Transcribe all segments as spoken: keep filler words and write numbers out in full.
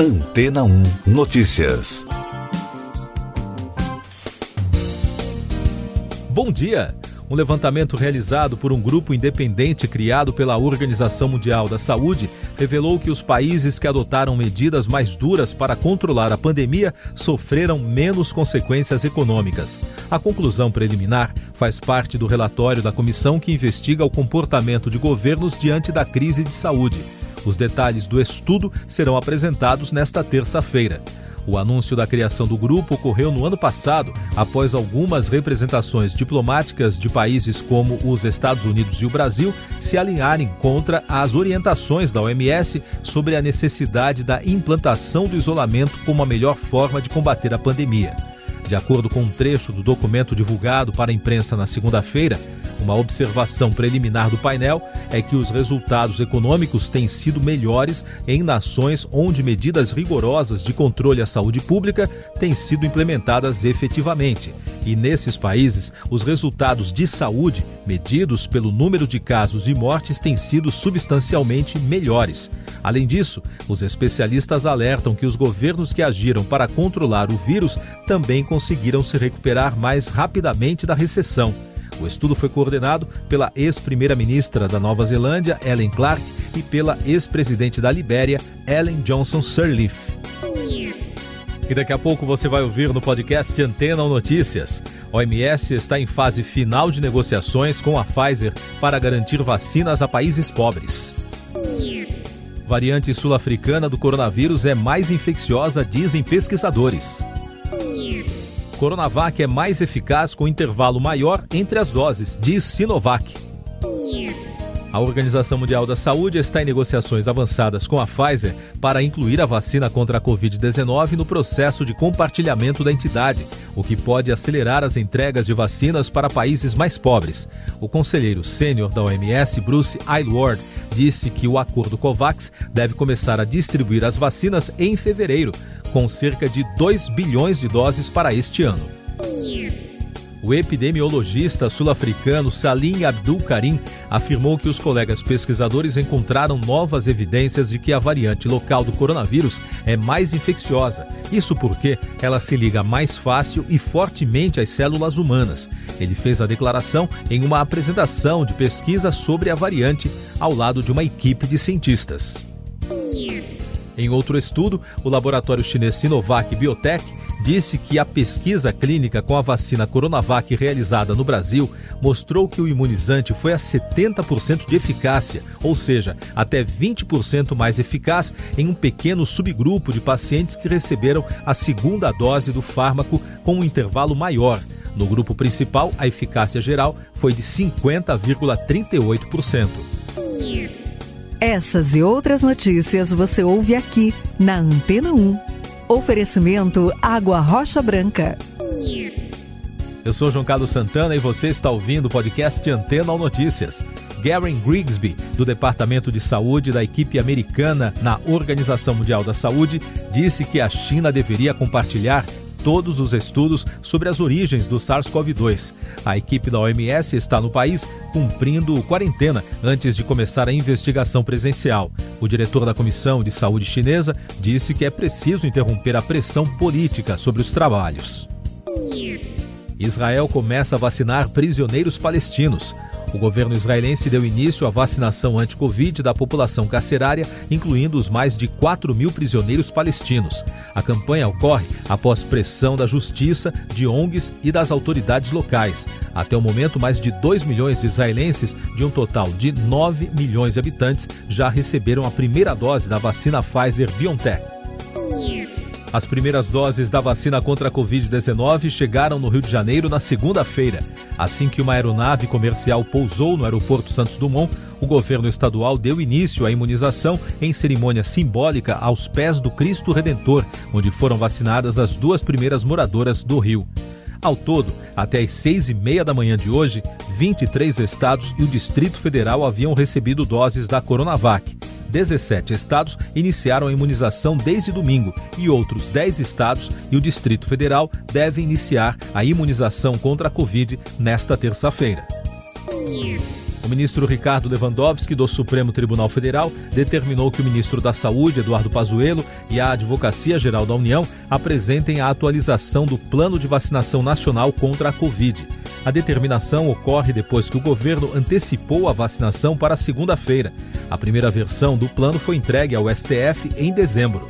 Antena um Notícias. Bom dia! Um levantamento realizado por um grupo independente criado pela Organização Mundial da Saúde revelou que os países que adotaram medidas mais duras para controlar a pandemia sofreram menos consequências econômicas. A conclusão preliminar faz parte do relatório da comissão que investiga o comportamento de governos diante da crise de saúde. Os detalhes do estudo serão apresentados nesta terça-feira. O anúncio da criação do grupo ocorreu no ano passado, após algumas representações diplomáticas de países como os Estados Unidos e o Brasil se alinharem contra as orientações da O M S sobre a necessidade da implantação do isolamento como a melhor forma de combater a pandemia. De acordo com um trecho do documento divulgado para a imprensa na segunda-feira, uma observação preliminar do painel é que os resultados econômicos têm sido melhores em nações onde medidas rigorosas de controle à saúde pública têm sido implementadas efetivamente. E nesses países, os resultados de saúde, medidos pelo número de casos e mortes, têm sido substancialmente melhores. Além disso, os especialistas alertam que os governos que agiram para controlar o vírus também conseguiram se recuperar mais rapidamente da recessão. O estudo foi coordenado pela ex-primeira-ministra da Nova Zelândia, Ellen Clark, e pela ex-presidente da Libéria, Ellen Johnson Sirleaf. E daqui a pouco você vai ouvir no podcast Antena um Notícias. A O M S está em fase final de negociações com a Pfizer para garantir vacinas a países pobres. Variante sul-africana do coronavírus é mais infecciosa, dizem pesquisadores. Coronavac é mais eficaz com intervalo maior entre as doses, diz Sinovac. A Organização Mundial da Saúde está em negociações avançadas com a Pfizer para incluir a vacina contra a covid dezenove no processo de compartilhamento da entidade, o que pode acelerar as entregas de vacinas para países mais pobres. O conselheiro sênior da O M S, Bruce Aylward, disse que o acordo COVAX deve começar a distribuir as vacinas em fevereiro, com cerca de dois bilhões de doses para este ano. O epidemiologista sul-africano Salim Abdul Karim afirmou que os colegas pesquisadores encontraram novas evidências de que a variante local do coronavírus é mais infecciosa. Isso porque ela se liga mais fácil e fortemente às células humanas. Ele fez a declaração em uma apresentação de pesquisa sobre a variante, ao lado de uma equipe de cientistas. Em outro estudo, o laboratório chinês Sinovac Biotech disse que a pesquisa clínica com a vacina Coronavac realizada no Brasil mostrou que o imunizante foi a setenta por cento de eficácia, ou seja, até vinte por cento mais eficaz em um pequeno subgrupo de pacientes que receberam a segunda dose do fármaco com um intervalo maior. No grupo principal, a eficácia geral foi de cinquenta vírgula trinta e oito por cento. Essas e outras notícias você ouve aqui na Antena um. Oferecimento Água Rocha Branca. Eu sou João Carlos Santana e você está ouvindo o podcast Antena um Notícias. Garen Grigsby, do Departamento de Saúde da equipe americana na Organização Mundial da Saúde, disse que a China deveria compartilhar todos os estudos sobre as origens do SARS-CoV dois. A equipe da O M S está no país cumprindo quarentena antes de começar a investigação presencial. O diretor da Comissão de Saúde Chinesa disse que é preciso interromper a pressão política sobre os trabalhos. Israel começa a vacinar prisioneiros palestinos. O governo israelense deu início à vacinação anti-Covid da população carcerária, incluindo os mais de quatro mil prisioneiros palestinos. A campanha ocorre após pressão da justiça, de O N Gs e das autoridades locais. Até o momento, mais de dois milhões de israelenses, de um total de nove milhões de habitantes, já receberam a primeira dose da vacina Pfizer-BioNTech. As primeiras doses da vacina contra a covid dezenove chegaram no Rio de Janeiro na segunda-feira. Assim que uma aeronave comercial pousou no aeroporto Santos Dumont, o governo estadual deu início à imunização em cerimônia simbólica aos pés do Cristo Redentor, onde foram vacinadas as duas primeiras moradoras do Rio. Ao todo, até às seis e meia da manhã de hoje, vinte e três estados e o Distrito Federal haviam recebido doses da Coronavac. dezessete estados iniciaram a imunização desde domingo e outros dez estados e o Distrito Federal devem iniciar a imunização contra a Covid nesta terça-feira. O ministro Ricardo Lewandowski, do Supremo Tribunal Federal, determinou que o ministro da Saúde, Eduardo Pazuello, e a Advocacia Geral da União apresentem a atualização do Plano de Vacinação Nacional contra a Covid. A determinação ocorre depois que o governo antecipou a vacinação para segunda-feira. A primeira versão do plano foi entregue ao S T F em dezembro.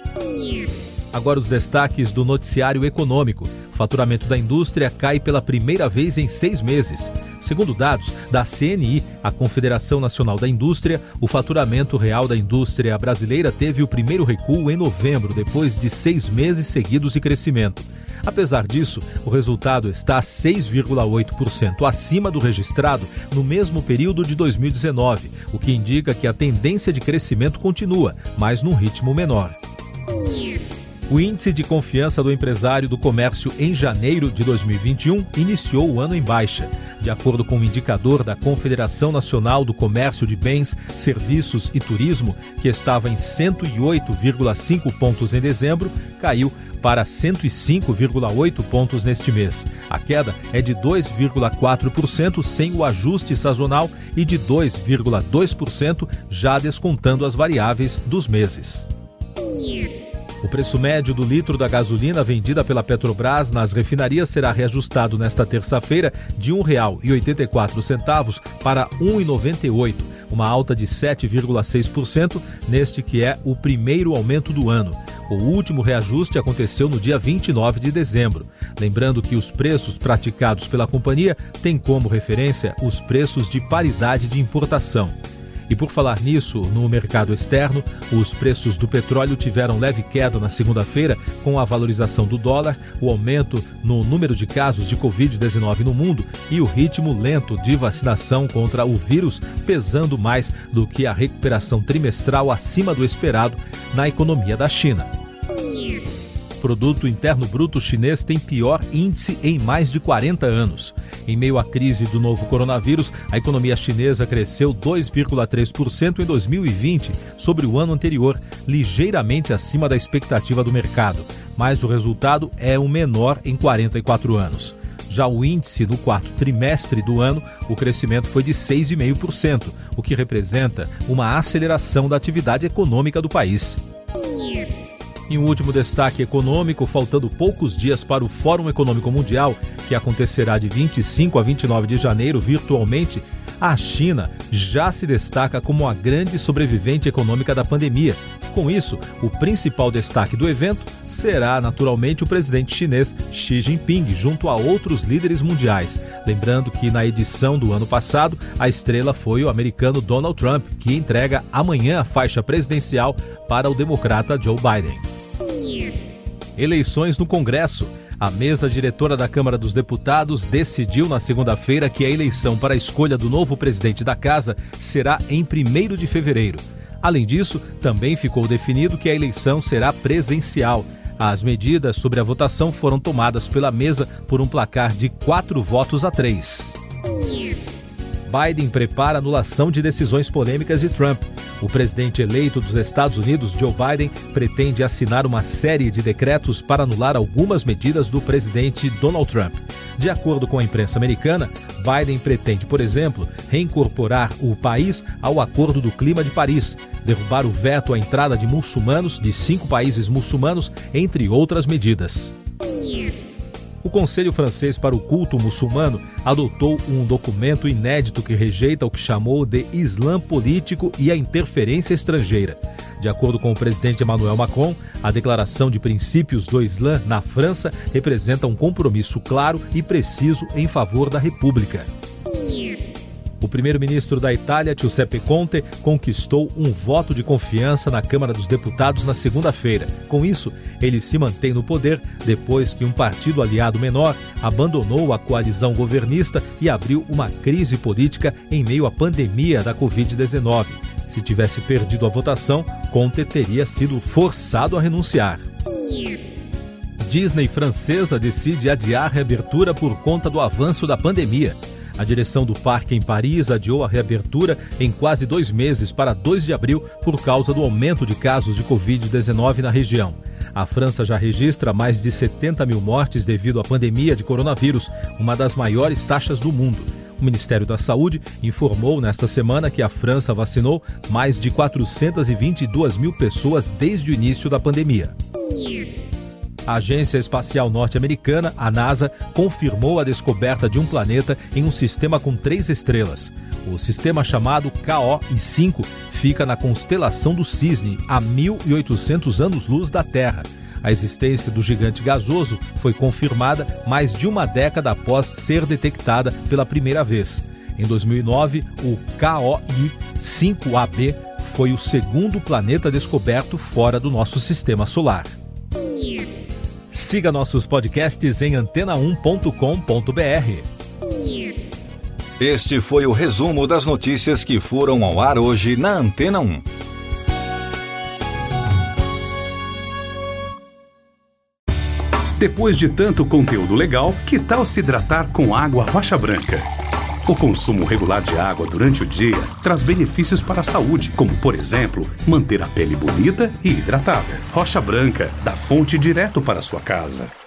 Agora os destaques do noticiário econômico. O faturamento da indústria cai pela primeira vez em seis meses. Segundo dados da C N I, a Confederação Nacional da Indústria, o faturamento real da indústria brasileira teve o primeiro recuo em novembro, depois de seis meses seguidos de crescimento. Apesar disso, o resultado está seis vírgula oito por cento acima do registrado no mesmo período de dois mil e dezenove, o que indica que a tendência de crescimento continua, mas num ritmo menor. O índice de confiança do empresário do comércio em janeiro de dois mil e vinte e um iniciou o ano em baixa. De acordo com o indicador da Confederação Nacional do Comércio de Bens, Serviços e Turismo, que estava em cento e oito vírgula cinco pontos em dezembro, caiu para cento e cinco vírgula oito pontos neste mês. A queda é de dois vírgula quatro por cento sem o ajuste sazonal e de dois vírgula dois por cento já descontando as variáveis dos meses. O preço médio do litro da gasolina vendida pela Petrobras nas refinarias será reajustado nesta terça-feira de um real e oitenta e quatro centavos para um real e noventa e oito centavos, uma alta de sete vírgula seis por cento neste que é o primeiro aumento do ano. O último reajuste aconteceu no dia vinte e nove de dezembro. Lembrando que os preços praticados pela companhia têm como referência os preços de paridade de importação. E por falar nisso, no mercado externo, os preços do petróleo tiveram leve queda na segunda-feira com a valorização do dólar, o aumento no número de casos de covid dezenove no mundo e o ritmo lento de vacinação contra o vírus pesando mais do que a recuperação trimestral acima do esperado na economia da China. O Produto Interno Bruto chinês tem pior índice em mais de quarenta anos. Em meio à crise do novo coronavírus, a economia chinesa cresceu dois vírgula três por cento em dois mil e vinte, sobre o ano anterior, ligeiramente acima da expectativa do mercado. Mas o resultado é o menor em quarenta e quatro anos. Já o índice no quarto trimestre do ano, o crescimento foi de seis vírgula cinco por cento, o que representa uma aceleração da atividade econômica do país. Em um último destaque econômico, faltando poucos dias para o Fórum Econômico Mundial, que acontecerá de vinte e cinco a vinte e nove de janeiro virtualmente, a China já se destaca como a grande sobrevivente econômica da pandemia. Com isso, o principal destaque do evento será naturalmente o presidente chinês Xi Jinping, junto a outros líderes mundiais. Lembrando que na edição do ano passado, a estrela foi o americano Donald Trump, que entrega amanhã a faixa presidencial para o democrata Joe Biden. Eleições no Congresso. A mesa diretora da Câmara dos Deputados decidiu na segunda-feira que a eleição para a escolha do novo presidente da Casa será em primeiro de fevereiro. Além disso, também ficou definido que a eleição será presencial. As medidas sobre a votação foram tomadas pela mesa por um placar de quatro votos a três. Biden prepara anulação de decisões polêmicas de Trump. O presidente eleito dos Estados Unidos, Joe Biden, pretende assinar uma série de decretos para anular algumas medidas do presidente Donald Trump. De acordo com a imprensa americana, Biden pretende, por exemplo, reincorporar o país ao Acordo do Clima de Paris, derrubar o veto à entrada de muçulmanos de cinco países muçulmanos, entre outras medidas. O Conselho Francês para o Culto Muçulmano adotou um documento inédito que rejeita o que chamou de Islã político e a interferência estrangeira. De acordo com o presidente Emmanuel Macron, a declaração de princípios do Islã na França representa um compromisso claro e preciso em favor da República. O primeiro-ministro da Itália, Giuseppe Conte, conquistou um voto de confiança na Câmara dos Deputados na segunda-feira. Com isso, ele se mantém no poder depois que um partido aliado menor abandonou a coalizão governista e abriu uma crise política em meio à pandemia da covid dezenove. Se tivesse perdido a votação, Conte teria sido forçado a renunciar. Disney francesa decide adiar a reabertura por conta do avanço da pandemia. A direção do parque em Paris adiou a reabertura em quase dois meses para dois de abril por causa do aumento de casos de covid dezenove na região. A França já registra mais de setenta mil mortes devido à pandemia de coronavírus, uma das maiores taxas do mundo. O Ministério da Saúde informou nesta semana que a França vacinou mais de quatrocentas e vinte e duas mil pessoas desde o início da pandemia. A Agência Espacial Norte-Americana, a NASA, confirmou a descoberta de um planeta em um sistema com três estrelas. O sistema chamado K O I cinco fica na constelação do Cisne, a mil e oitocentos anos-luz da Terra. A existência do gigante gasoso foi confirmada mais de uma década após ser detectada pela primeira vez. Em dois mil e nove, o K O I cinco A B foi o segundo planeta descoberto fora do nosso sistema solar. Siga nossos podcasts em antena um ponto com ponto b r. Este foi o resumo das notícias que foram ao ar hoje na Antena um. Depois de tanto conteúdo legal, que tal se hidratar com água Rocha Branca? O consumo regular de água durante o dia traz benefícios para a saúde, como, por exemplo, manter a pele bonita e hidratada. Rocha Branca, da fonte direto para a sua casa.